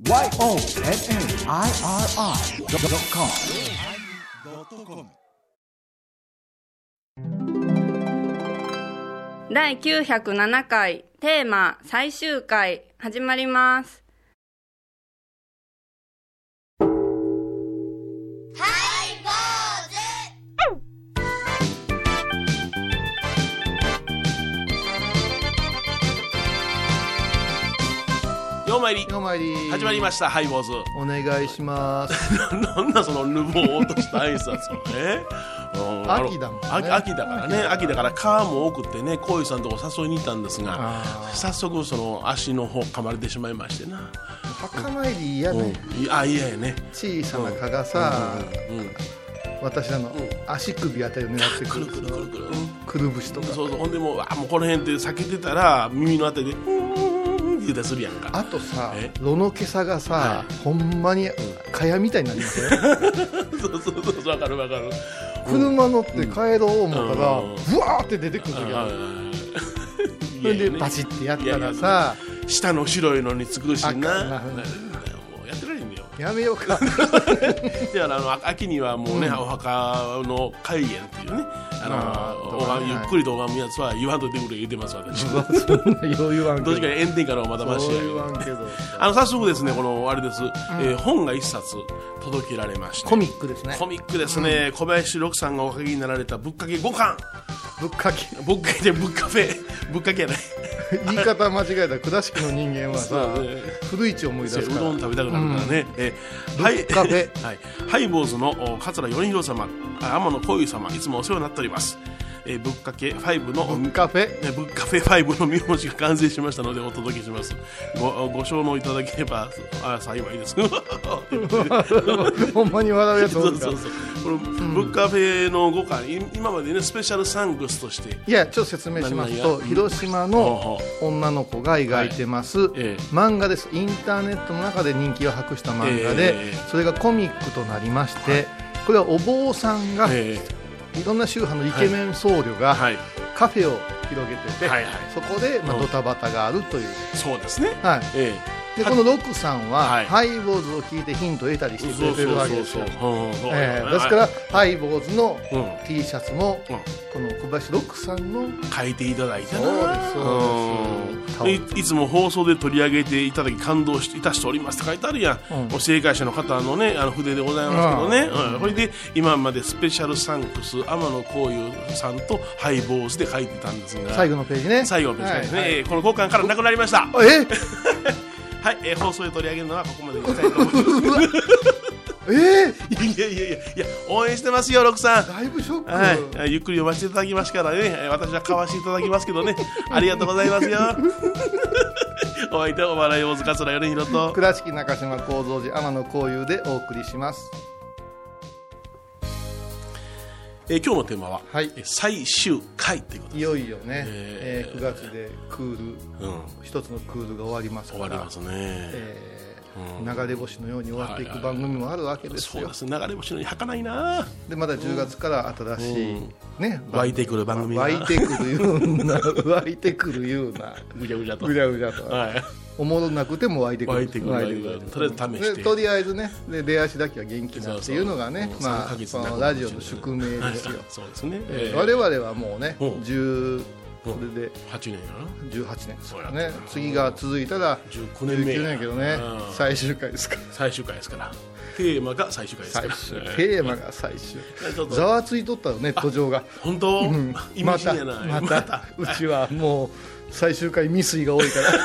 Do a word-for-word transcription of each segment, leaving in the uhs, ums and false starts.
ワイオーエヌエヌアイアールアイドットコムだいきゅうひゃくななかいテーマ最終回始まります。 ようまいりようまいり始まりました。ハイボーズお願いしますなんだそのぬぼーっとした挨拶をね秋だもんね秋, 秋だからね秋だから川も多くってねこういうさんのとこ誘いに行ったんですが早速その足の方噛まれてしまいましてな。 墓参り嫌ね、 うん、あ嫌やね。 小さな蚊がさ、うんうんうん、私らの足首あたりを狙ってくる、 くるくるくるくるくるぶしとか、 そうそうほんでもうあもうこの辺って避けてたら耳のあたりで言うたりするやんか。 あとさ炉のけさがさ、はい、ほんまに蚊帳みたいになりますよそうそうそう分かる分かる。 車乗って帰ろう思ったら、うん、ブワーって出てくる時ある。それでバチってやったらさ下の白いのに作るしな。もうやってられへんねよ。 やめようかだからあの秋にはもうね、うん、お墓の開眼っていうねあの拝むゆっくりと拝むやつは言わんといてくれ言ってます私。 そんなよう言わんけどどっちかに炎天下のまだましや。 そう言わんけどあの早速ですねこのあれです、うんえー、本が一冊届けられましてコミックですね。 コミックですね、うん、小林六さんがお書きになられたぶっかけごかんぶっかけぶっかけでぶっかけぶっかけやない言い方間違えたら倉敷の人間はさ、ね、古市を思い出すからうどん食べたくなるからね、うんえブッカフェ、 はい、ハイボーズの桂米広様天野幸雄様いつもお世話になっております。えー、ぶっかけごのぶっカフェ、 えー、ぶっかフェごの見本紙が完成しましたのでお届けします。 ご, ご承納いただければあ幸いですほんまに笑うやつおるか。 そうそうそうこの、うん、ぶっかフェのごかん今までねスペシャルサンクスとしていやちょっと説明しますと、うん、広島の女の子が描いてます、はいえー、漫画です。インターネットの中で人気を博した漫画で、えー、それがコミックとなりまして、はい、これはお坊さんが、えーいろんな宗派のイケメン僧侶がカフェを広げてて、はいはいはい、そこで、まあ、ドタバタがあるという、 うん、そうですね、 はいええでこのロクさんは、はい、ハイボーズを聞いてヒントを得たりしてくれてるわけですよ。ですからハイボーズの T シャツも、うん、この小林ロクさんの書いていただいてな。 そうですそうです。 い, いつも放送で取り上げていただき感動いたしておりますって書いてあるやん、うん、正解者の方のねあの筆でございますけどね、うんうん、これで今までスペシャルサンクス天野幸雄さんとハイボーズで書いてたんですが最後のページね最後のページですね、はいはい、このごかんからなくなりました。 えはい、えー、放送で取り上げるのはここまでにしたいと思いますえー、 いやいやいやいや応援してますよロクさん。 だいぶショック、 はい、ゆっくり読ませていただきますからね私は買わせていただきますけどねありがとうございますよお相手はお笑い大塚桂米広と倉敷中島幸三寺天野幸雄でお送りします。 えー、今日のテーマは、はい、最終回ということです。 いよいよね、えーえー、くがつでクール、うん、一つのクールが終わりますから終わりますね、えーうん、流れ星のように終わっていく番組もあるわけですよ。 そうですね流れ星のように儚いな。でまだじゅうがつから新しい、うんね、 湧いてくる番組が湧いてくるような湧いてくるようなぐちゃぐちゃとぐちゃぐちゃと、はいおもろなくても湧いてくる。 湧いてくる湧いてくるとりあえず試してとりあえずねで出足だけは元気なっていうのがねそうそう、まあ、そのラジオの宿命ですよそうですね、 えー、我々はもうね、うん、じゅうこれではちねんやなじゅうはちねんですからね。次が続いたらじゅうきゅうねんめじゅうきゅうねんやけどね最終回ですから最終回ですからテーマが最終回ですから最終テーマが最終ざわついとったよネット上が本当、うん、意味深やなまた、またうちはもう最終回未遂が多いから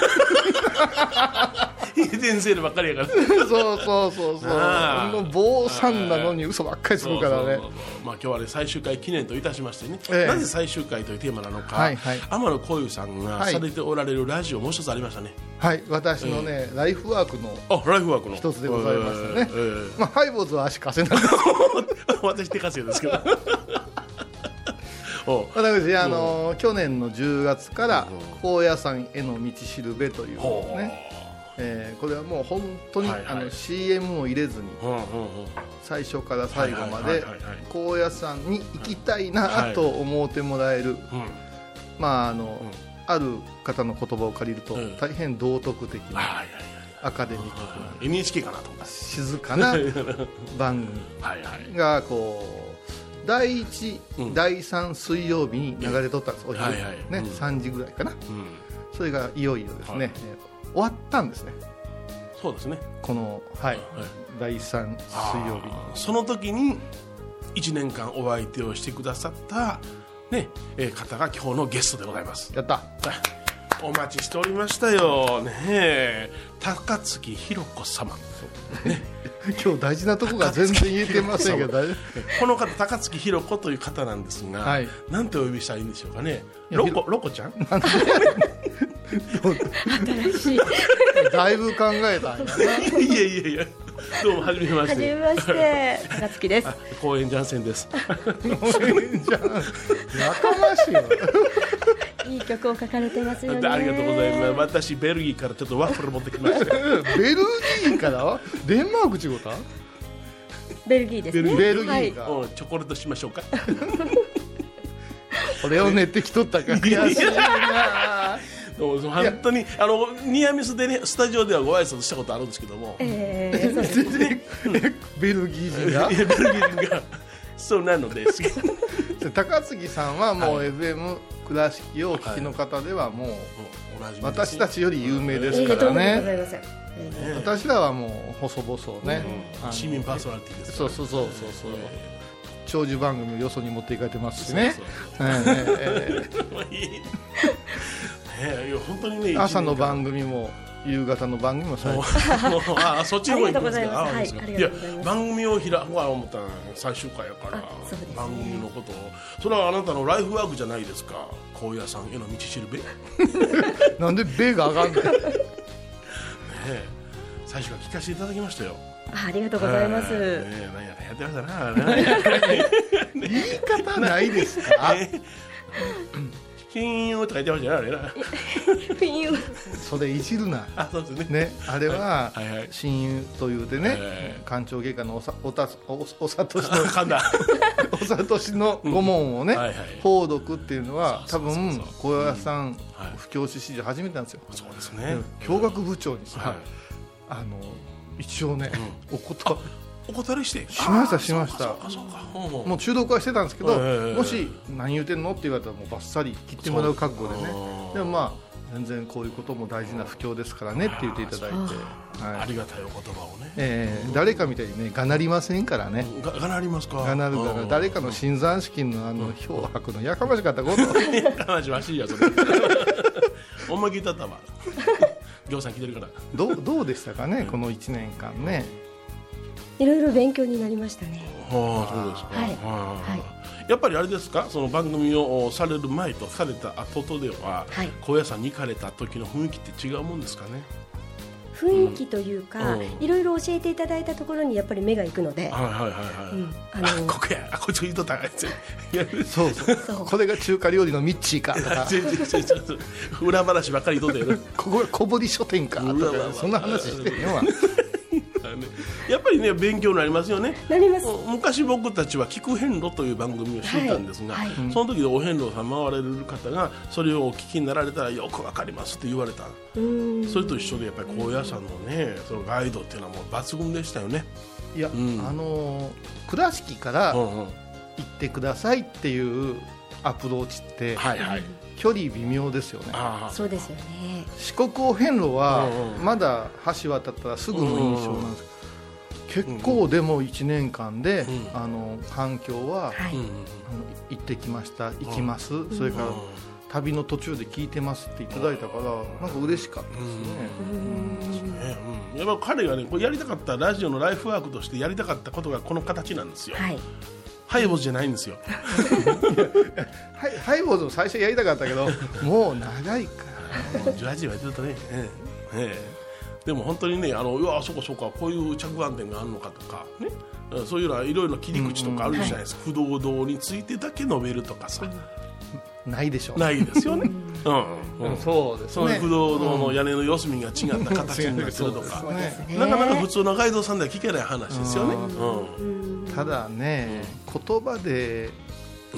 遺伝セールばっかりやからそうそうそうそう坊さんなのに嘘ばっかりするからね。そうそうそうそう、 まあ、今日は、ね、最終回記念といたしましてね、ええ、なぜ最終回というテーマなのか、はいはい、天野幸雄さんがされておられるラジオもう一つありましたね。 はい私のね、えー、ライフワークの一つでございましたね、えーまあ、ハイボーズは足かせない私手稼いですけど私、あのー、去年のじゅうがつから高野山への道しるべというね、えー、これはもう本当に、はいはい、あの シーエム を入れずに、うんうんうん、最初から最後まで高野山に行きたいなと思ってもらえる、はいはい、まああの、うん、ある方の言葉を借りると、うん、大変道徳的な、はいはいはい、 アカデミック、 エヌエイチケー かなと思った。 静かな番組がこうだいいち、うん、だいさん水曜日に流れとったんです、お昼、はいはいねうん、さんじぐらいかな、うん、それがいよいよですね、はい、終わったんですね。 そうですね、 この、はいはい、だいさん水曜日にその時にいちねんかんお相手をしてくださった、ねえー、方が今日のゲストでございます。 やったお待ちしておりましたよ、ね、え高槻ひろ子様、 ね、今日大事なとこが全然言えてませんけどこの方高槻ひろ子という方なんですが、はい、なんてお呼びしたらいいんでしょうかね。ロコ、ロコちゃんなんで新しいだいぶ考えたんやな。 いやいやいや、どうもはじめまして。 はじめまして、高槻です。 公園ジャンセンです。 公園ジャン、やかましいわ。 いい曲を書かれてますよね。 ありがとうございます。私ベルギーからちょっとワッフル持ってきました。 ベルギーからデンマークちごた？ ベルギーですね。 ベルギーか、 はい、チョコレートしましょうか。 これを練ってきとったか悔しいな。 本当にあのニアミスでね、スタジオではご挨拶したことあるんですけども、 えー、そうですね、 ベルギー人がベルギー人がそうなのですけど高槻さんはもう、はい、エフエム 倉敷をお聞きの方ではもう、はい、私たちより有名ですからね、えー、私らはもう細々ね、 うん、市民パーソナリティですから、ね、 そうそうそうそう、えー長寿番組をよそに持っていかれてますしね。朝の番組も夕方の番組もされてあそっちの方に行くんですか。はい、いや番組を開くは思ったら最終回やから、ね、番組のことをそれはあなたのライフワークじゃないですか。高野山への道しるべなんでべが上がんないねえ最初から聞かせていただきましたよ。 ありがとうございます。 えー、何ややってましたな。 言い方ないですか。 親友とか言ってましたよ、あれな。 親友。 それいじるな。 あ、そうですね。 ね、あれは親友というでね、官庁外科のおさおたおおさとしのおさとしの顧問をね、報読っていうのは多分小屋さん布教師史上初めてなんですよ。 そうですね。 教学部長にさ、あの。一応ね、うん、おことお断りしてしましたしました。もう中毒はしてたんですけど、えー、もし何言うてんのって言われたらもうバッサリ切ってもらう覚悟でね。でもまあ全然こういうことも大事な布教ですからねって言っていただいて、はい、 ありがたいお言葉をね、 えー、誰かみたいにねがなりませんからね。 ががなりますか。 がなるから誰かの新山資金のあの漂白のやかましかったことやかましましいやそれ思い切ったったわ行さん来てるからどう、どうでしたかね、このいちねんかんね。 いろいろ勉強になりましたね。 はあ、そうですか。 はいはい、やっぱりあれですか、その番組をされる前とされた後とでは、はい、高野山に行かれた時の雰囲気って違うもんですかね。 雰囲気というか、うん、いろいろ教えていただいたところにやっぱり目が行くので、 はいはいはいはい、うん、あのー、あここやあこいつ言うとったやつそうそうそうこれが中華料理のミッチーかとか裏話ばっかり言うとったよここが小堀書店かとかそんな話してるよやっぱりね勉強になりますよね。 なります。 昔僕たちは聞く遍路という番組をしていたんですが、はいはい、その時でお遍路さん回られる方がそれをお聞きになられたらよくわかりますって言われた。それと一緒でやっぱり高野山のねそのガイドっていうのはもう抜群でしたよね。 いや、うん、あの倉敷から行ってくださいっていうアプローチって、はいはい、距離微妙ですよね。 あそうですよね。 四国お遍路はまだ橋渡ったらすぐの印象なんですけど、結構でもいちねんかんで、うん、あの反響は、はい、あの行ってきました行きます、うん、それから旅の途中で聞いてますっていただいたからなんか嬉しかったですね。 うん、やっぱ彼がねこれやりたかったラジオのライフワークとしてやりたかったことがこの形なんですよ。はいハイボーズじゃないんですよハイボーズも最初やりたかったけどもう長いからねじゅうはちじはやってるとね、ええええ、でも本当にねあのうわそうかそうかこういう着眼点があるのかとかねそういうのはいろいろな切り口とかあるじゃないですか、うんうんはい、不動堂についてだけ述べるとかさないでしょうないですよねうんうん、そうですね。 そういう不動堂の屋根の四隅が違った形になってるとか、うんね、なかなか普通のガイドさんでは聞けない話ですよね。 うん、ただね、うん、言葉で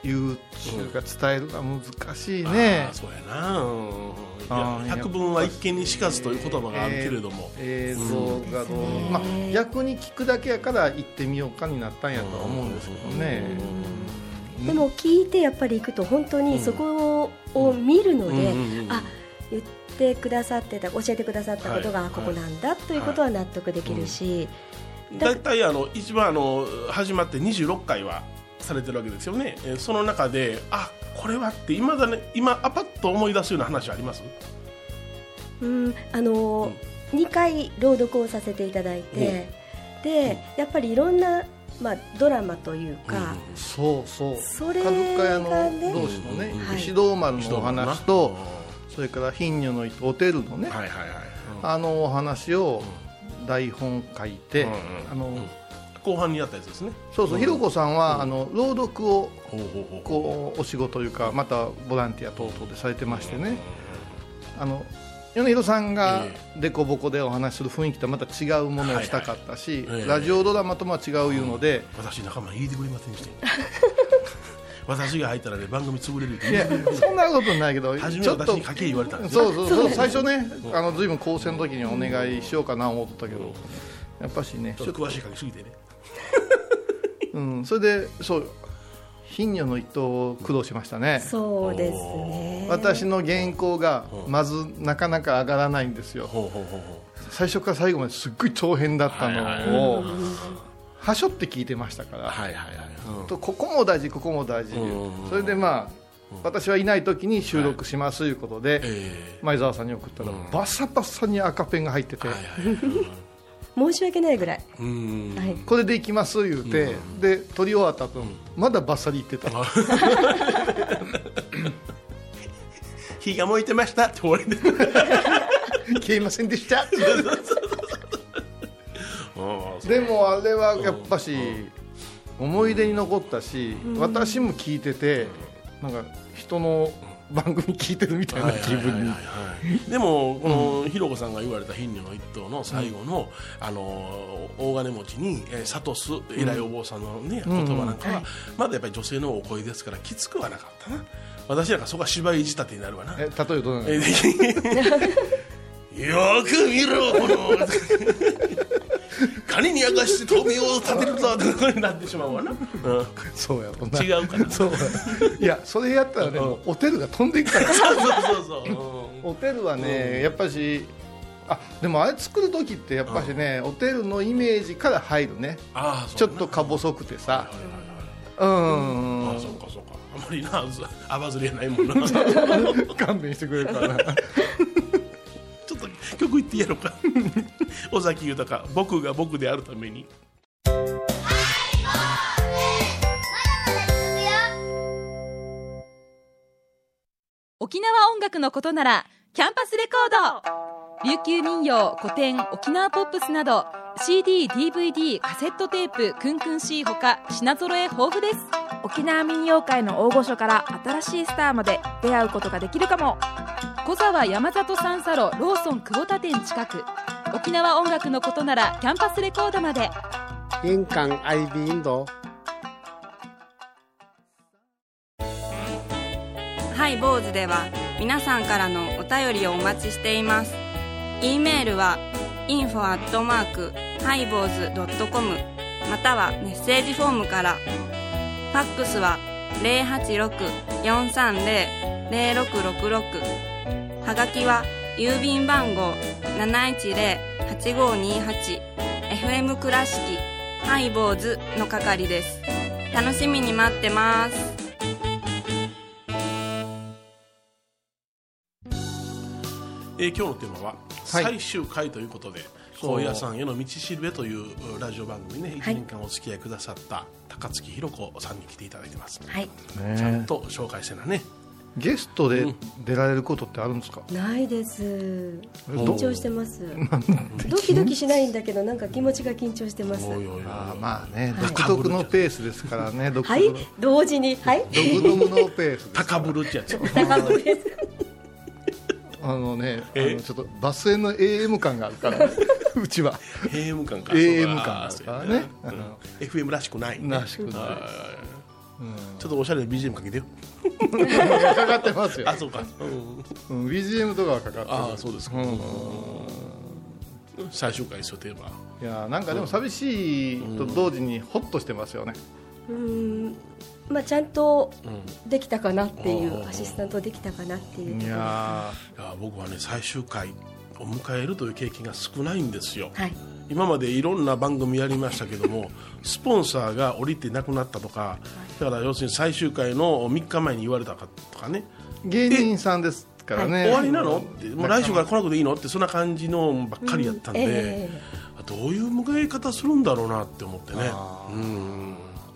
言うっていうか伝えるのは難しいね。 あそうやな、うん、いや百聞は一見にしかずという言葉があるけれども、 えー、映像がどう、うんまあ、逆に聞くだけやから行ってみようかになったんやとは思うんですけどね。 でも聞いてやっぱり行くと本当にそこを見るので、あ言ってくださってた教えてくださったことがここなんだということは納得できるし、 だいたいあの一番あの始まってにじゅうろっかいはされてるわけですよね。えー、その中であこれはって今だね今アパッと思い出すような話はあります？ うんあのーうん、にかい朗読をさせていただいて、うん、でやっぱりいろんなまあ、ドラマというか、うん、 そうそうそれが、ね、 角屋の同士のね、うん、石堂丸のお話と、はい、それから貧女の糸おてるのね、はいはいはいうん、あのお話を台本書いて、うん、あの、うん、 後半にやったやつですね。 そうそう、うん、ひろこさんは、うん、あの朗読をこうお仕事というかまたボランティア等々でされてましてね、あの米広さんがデコボコでお話しする雰囲気とはまた違うものをしたかったし、はいはい、ラジオドラマとも違ういうので、 うん、私仲間言いてくれませんでした私が入ったら、ね、番組潰れるって。 いやそんなことないけど初めは私に書け言われたんですよ。 そうそうそう最初ねあのずいぶん高専の時にお願いしようかな思ったけど、やっぱしねちょっと詳しい書きすぎてねうん、それでそう貧女の糸を苦労しましたね。 そうですね。 私の原稿がまずなかなか上がらないんですよ。最初から最後まですっごい長編だったのをはしょって聞いてましたから、はいはいはいうん、とここも大事ここも大事、それでまあ私はいない時に収録しますということで、はいえー、前澤さんに送ったら、うん、バサバサに赤ペンが入ってて、はいはいはい申し訳ないぐらい、 うん、はい、これでいきます言うて、うん、で撮り終わった後、うん、まだバッサリ言ってた火が燃えてましたって終わりで消えませんでしたでもあれはやっぱし思い出に残ったし、うん、私も聞いててなんか人の番組聞いてるみたいな気分に。 でもこのひろこさんが言われた貧女の一頭の最後の、うん、あの大金持ちに諭す偉いお坊さんの、ねうん、言葉なんかは、うん、まだやっぱり女性のお声ですからきつくはなかったな。私なんかそこは芝居仕立てになるわな。 え例えばどうなのよく見ろこのカニに明かして透明を立てるぞってなってしまうわな、うん、 そうやろな。 違うかな。そういやそれやったらね、うん、おてるが飛んでいくからそうそうそうそう、 うん、おてるはね、うん、やっぱしあでもあれ作る時ってやっぱしね、うん、おてるのイメージから入るね。あちょっとか細くてさ、うん、 あそうかそうかあまりなあばずれやないもんな勘弁してくれるからなちょっと曲言ってやろうか尾崎豊僕が僕であるために。 沖縄音楽のことならキャンパスレコード。琉球民謡、古典、沖縄ポップスなど シーディー、ディーブイディー、カセットテープ、クンクン C ほか品揃え豊富です。 沖縄民謡界の大御所から新しいスターまで出会うことができるかも。 小沢山里三佐路ローソン久保田店近く。沖縄音楽のことならキャンパスレコードまで。 印鑑 アイビー インドハイボーズでは皆さんからのお便りをお待ちしています。 E メールは インフォ アットマーク ハイボーズ ドットコム またはメッセージフォームから。ファックスは ゼロはちろく よんさんゼロ ゼロろくろくろく、はがきは郵便番号 なないちゼロ はちごにはち エフエム 倉敷ハイボーズの係です。楽しみに待ってます。 えー、今日のテーマは最終回ということで、はい、高野山への道しるべというラジオ番組に、ね、いちねんかんお付き合いくださった高槻ひろ子さんに来ていただいてます、はい、ちゃんと紹介せなね。 ゲストで出られることってあるんですか？ ないです。緊張してます。ドキドキしないんだけどなんか気持ちが緊張してます。 あまあね、独特のペースですからね。 はい、同時にはい独特のペースです。 高ぶるってやつ。 高ぶるです。 あのね、あのちょっとバスへの エーエム 感があるからうちはエーエム 感かエーエム 感があるからね、 エフエム らしくないらしくない。 ちょっとおしゃれな ビージーエム かけてよかかってますよ。 あ、そうか、 うん、ビージーエム とかはかかってる。 ああ、そうですか、うん、最終回ですよ、テーマ。 いや、なんかでも寂しいと同時にホッとしてますよね。 うん、まあ、ちゃんとできたかなっていう、うん、アシスタントできたかなっていうところ。いやいや、僕はね、最終回を迎えるという経験が少ないんですよ、 はい、 今までいろんな番組やりましたけどもスポンサーが降りてなくなったとか、だから要するに最終回のみっかまえに言われたかとかね、 芸人さんですからね、 終わりなのって、もう来週から来なくていいのって、そんな感じのばっかりやったんで、うんえー、どういう迎え方するんだろうなって思ってね。うん、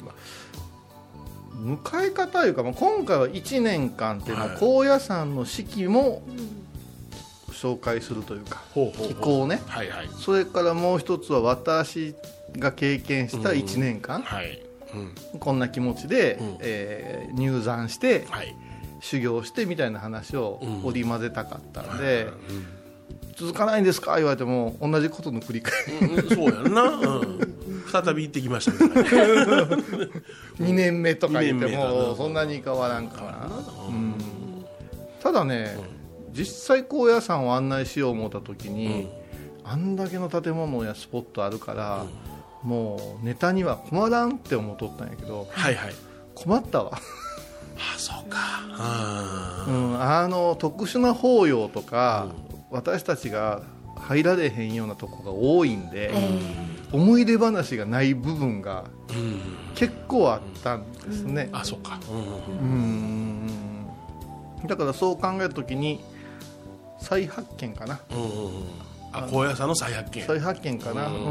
迎え方というか、今回はいちねんかんっていうのは、はい、高野山の四季も紹介するというか、気候ね、はいはい、それからもう一つは私が経験したいちねんかん、うんはいうん、こんな気持ちで、うんえー、入山して、はい、修行してみたいな話を織り交ぜたかったんで、うんうん、続かないんですか言われても同じことの繰り返し、 うん、そうやんな、うん、再び行ってきましたみたいなにねんめとか言ってもそんなに変わらんかな、うん、ただね、うん、実際高野山を案内しよう思った時に、うん、あんだけの建物やスポットあるから、うん、もうネタには困らんって思っとったんやけど、 はいはい、 困ったわあ、そうか、 あ、うん、あの特殊な法要とか、うん、私たちが入られへんようなとこが多いんで、うん、思い出話がない部分が結構あったんですね、 うん、あ、そうか、 うん、うん、だからそう考えた時に再発見かな、うんうんうん、 あ、高野山の再発見再発見かな、うん、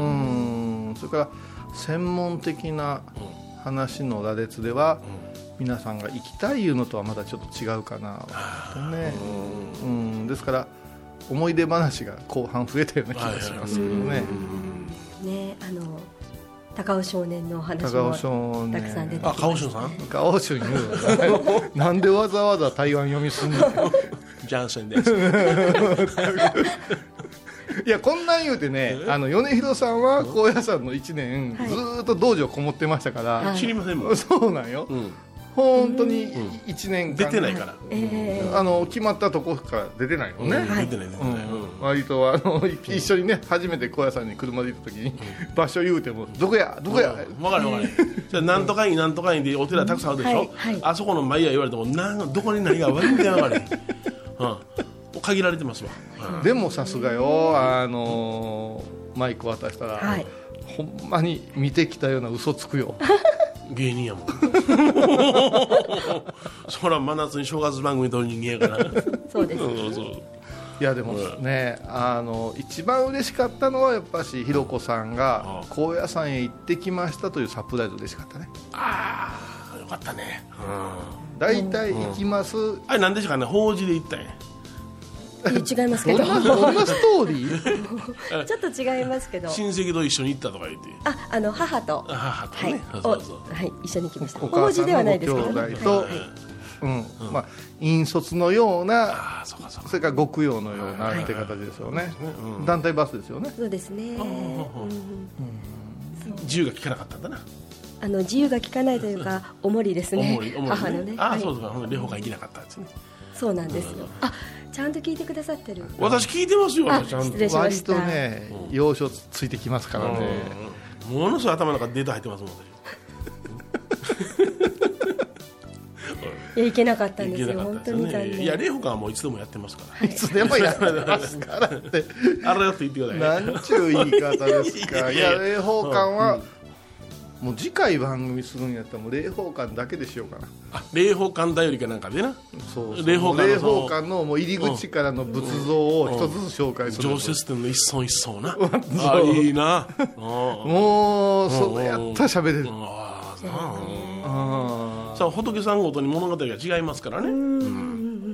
うん、それから専門的な話の羅列では、うん、皆さんが行きたいいうのとはまだちょっと違うかなとね、うん、ですから思い出話が後半増えたような気がしますけどね。 ね、あの高尾少年のお話もたくさん出てきましたね。 あ、高尾少さん？ 高尾少言うなんでわざわざ台湾読みすんのジャンセンですいや、こんなん言うてね、あの米広さんは高野山のいちねん、はい、ずっと道場こもってましたから、 はい、知りませんもん。 そうなんよ、うん、本当にいちねんかん、 出てないから、 えー、あの決まったとこから出てないのね、 うん、出てない出てない、 うん、割とあの一緒にね、初めて高野山に車で行った時に、うん、場所言うてもどこやどこや、 分かる分かるじゃあなんとか院なんとか院でお寺たくさんあるでしょ、はいはい、あそこの前や言われてもなんどこに何が全然分かれうん限られてますわ、 うん、でもさすがよ、あのー、マイク渡したら、はい、ほんまに見てきたような嘘つくよ芸人やもんそら真夏に正月番組撮る人間やからそうです、 そうそう、 いやでもね、あの一番嬉しかったのはやっぱしひろこさんが高野山へ行ってきましたというサプライズ嬉しかったね。 ああ、よかったね、 うん、だいたい行きます、うん、 あれ何でしょうかね、法事で行ったんや違いますけどどんな、どんなストーリーちょっと違いますけど、 親戚と一緒に行ったとか言って、 あ、あの母と母とね、 はい、そうそうはい、一緒に行きました。法事ではないですけど、ね、 お母さんのご兄弟と、はい、うんうん、まあ、引率のような、そ, うそれから極用のようなって形ですよね、はいはい、団体バスですよね。 そうですね、うん、 自由が利かなかったんだな。 あの自由が利かないというかおもりですね、 おもり、おもりね、 母のね、 あ、はい、そうですか、霊宝館行けなかったんですね。 そうなんですよ、うん、あ、ちゃんと聞いてくださってる。 私聞いてますよ、ちゃんと。 失礼しました。 割とね、うん、要所ついてきますからね、 うん、ものすごい頭の中データ入ってますもんいや、いけなかったんですよ、本当に残念。 いや、霊宝館はもういつでもやってますから、 いつでもやってますからってあれだって言ってください。 なんちゅう言い方ですか。いや、霊宝館は、うん、もう次回番組するんやったらもう霊宝館だけでしようかな。 あ、霊宝館だよりかなんかでな、 そうそう、霊宝館 の, 霊宝館のもう入り口からの仏像を一つずつ紹介する、 常設展の一層一層なあ、いいなもうそれやったら喋れる。 ああ、さあ仏さんごとに物語が違いますからね。うん、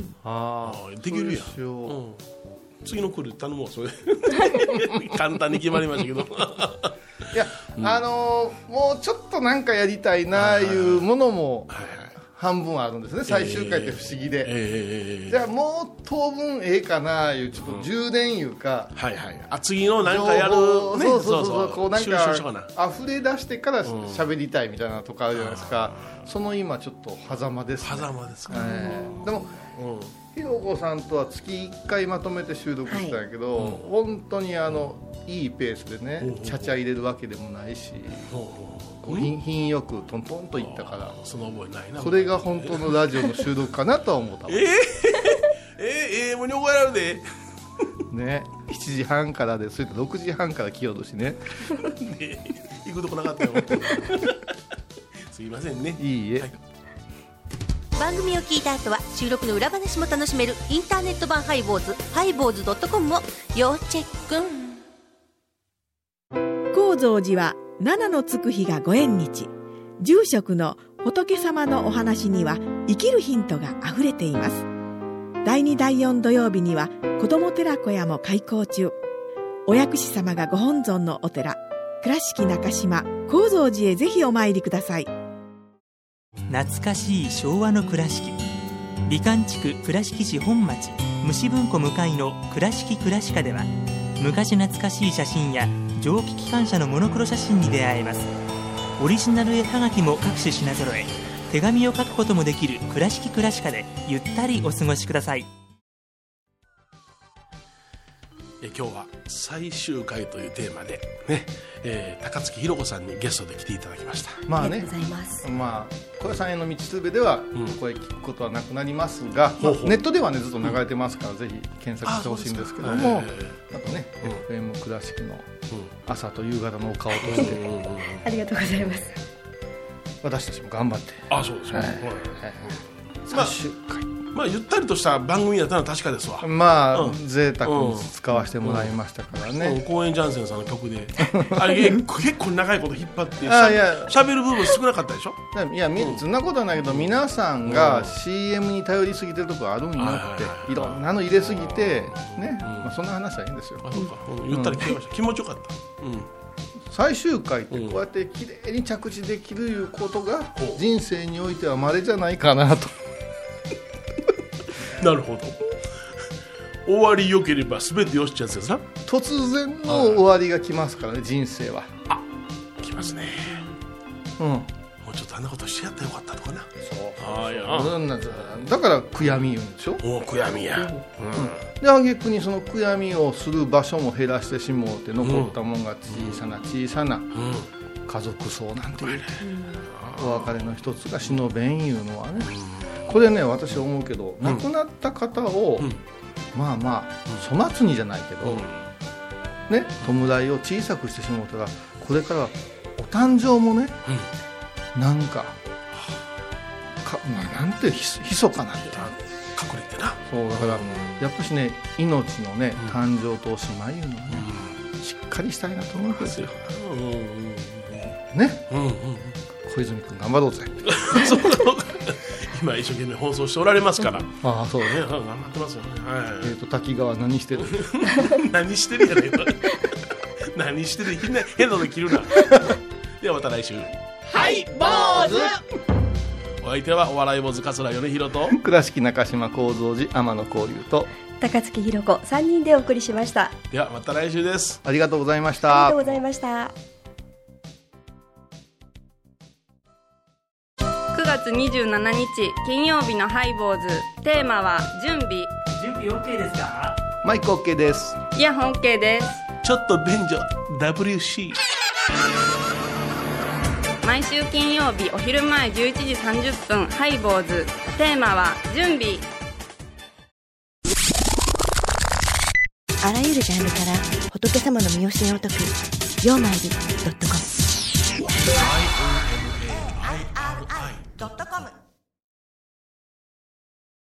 ああ、できるやん、うん、次の来る頼もう、それ簡単に決まりましたけどいや、うん、あのー、もうちょっとなんかやりたいないうものも半分あるんですね。最終回って不思議で、 えーえー、 じゃあもう当分ええかないうちょっと充電いうか、 うん、はいはい、あ次のなんかやる、ね、 そうそうそうそう、こうなんか溢れ出してから喋りたいみたいなとこあるじゃないですか、うん、その今ちょっと狭間ですね。 狭間ですか、 えー、でも、うんひろこさんとは月いっかいまとめて収録してたんやけど、はい、本当にあのいいペースでね、うん、ちゃちゃ入れるわけでもないし、うん、品, 品よくトントンといったから、 その覚えないな。 それが本当のラジオの収録かなとは思ったえー、 えー、えー、もうに覚えられるでね、しちじはんからで、それとろくじはんから来ようとしねね行くとこなかったよすいませんね。 いいえ、はい、 番組を聞いた後は収録の裏話も楽しめるインターネット版ハイボーズハイボーズドットコムを要チェック。 高蔵寺は七のつく日がご縁日。住職の仏様のお話には生きるヒントがあふれています。だいにだいよん土曜日には子ども寺小屋も開校中。お薬師様がご本尊のお寺倉敷中島・高蔵寺へぜひお参りください。 懐かしい昭和の倉敷、美観地区倉敷市本町虫文庫向かいの倉敷倉歯科では、昔懐かしい写真や蒸気機関車のモノクロ写真に出会えます。オリジナル絵はがきも各種品揃え、手紙を書くこともできる倉敷倉歯科でゆったりお過ごしください。 え今日は最終回というテーマでね、えー、高槻ひろ子さんにゲストで来ていただきました。 まあね、 ありがとうございます。 まあ小屋さんへの道すべでは声聞くことはなくなりますが、うんまあ、ネットではねずっと流れてますから、うん、ぜひ検索してほしいんですけども、あとね、うん、エフエム 倉敷の朝と夕方のお顔として、うん、 ありがとうございます。 私たちも頑張って。 あ、そうですね、はいはい、 最終回、 まあゆったりとした番組だったのは確かですわ。 まあ、うん、贅沢に使わせてもらいましたからね、 うんうん、公園ジャンセンさんの曲であれ結構長いこと引っ張ってしゃ, しゃべる部分少なかったでしょ。 いや、うん、そんなことはないけど、皆さんが シーエム に頼りすぎてるところあるんよって、いろんなの入れすぎてね、まあ、そんな話はいいんですよ。 あ、そうか、うん、ゆったり聞きました、うん、気持ちよかった、うん、 最終回ってこうやってきれいに着地できるいうことが人生においては稀じゃないかなとなるほど。終わり良ければ全てよしってやつですな。 突然の終わりが来ますからね、人生は。 あ、来ますね。 うん。 もうちょっとあんなことしてやったらよかったとかな。 そう。 あ、いや、 だから悔やみ言うんでしょ。 お、悔やみや。うん。うん、 で挙句にその悔やみをする場所も減らしてしもうて、残ったもんが小さな小さな家族葬なんていう、うん、お別れの一つが死の弁いうのはね。これね、私思うけど、うん、亡くなった方を、うん、まあまあ粗末にじゃないけど、うん、ね、弔いを小さくしてしまうたら、これからお誕生もね、うん、なんか、かなんてひそかなって隠れてな。 そうだから、うん、やっぱしね、命のね、うん、誕生とおしまいいうのはね、うん、しっかりしたいなと思うんですよ、うんうんうん、ね、うんうん、小泉君頑張ろうぜそう今一生懸命放送しておられますから。 ああ、そうね、 頑張ってますよね。はい、 えーと滝川何してる何してるやないか何してる、変なの切るなではまた来週。 はい坊主。 お相手はお笑い坊主桂米宏と倉敷中島幸三寺天野幸雄と高槻ひろ子さんにんでお送りしました。 ではまた来週です。 ありがとうございました。 ありがとうございました。 くがつにじゅうしちにち金曜日のハイボーズ、テーマは準備。 準備 OK ですか？ マイク OK です。 イヤホン OK です。 ちょっと便所 ダブリューシー。 毎週金曜日お昼前じゅういちじさんじゅっぷん、ハイボーズ、テーマは準備。 あらゆるジャンルから仏様の身教えを解くようまいり .com ドットコム